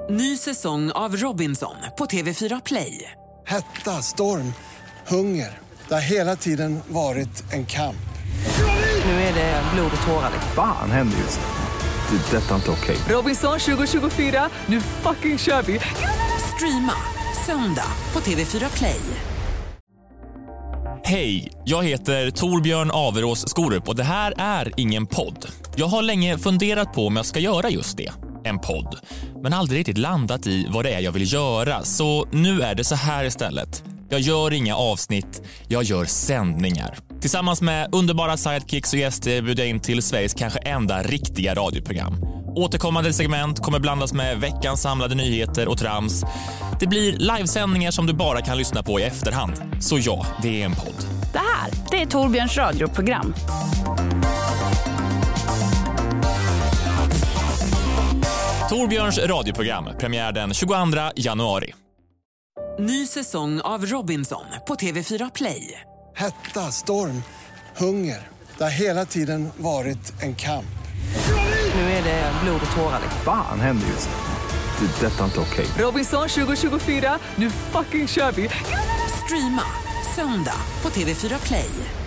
Ny säsong av Robinson på TV4 Play. Hetta, storm, hunger. Det har hela tiden varit en kamp. Nu är det blod och tårar. Fan händer just nu. Det. Detta är inte okej. Robinson 2024, nu fucking kör vi. Streama söndag på TV4 Play. Hej, jag heter Torbjörn Averås Skorup och det här är ingen podd. Jag har länge funderat på om jag ska göra just det, en podd. Men aldrig riktigt landat i vad det är jag vill göra, så nu är det så här istället. Jag gör inga avsnitt, jag gör sändningar. Tillsammans med underbara sidekicks och gäster bjuder jag in till Sveriges kanske enda riktiga radioprogram. Återkommande segment kommer blandas med veckans samlade nyheter och trams. Det blir livesändningar som du bara kan lyssna på i efterhand. Så ja, det är en podd. Det här, det är Torbjörns radioprogram. Torbjörns radioprogram, premiär den 22 januari. Ny säsong av Robinson på TV4 Play. Hetta, storm, hunger. Det har hela tiden varit en kamp. Nu är det blod och tårar. Fan händer just nu. Det. Detta är inte okej. Robinson 2024, nu fucking kör vi. Streama söndag på TV4 Play.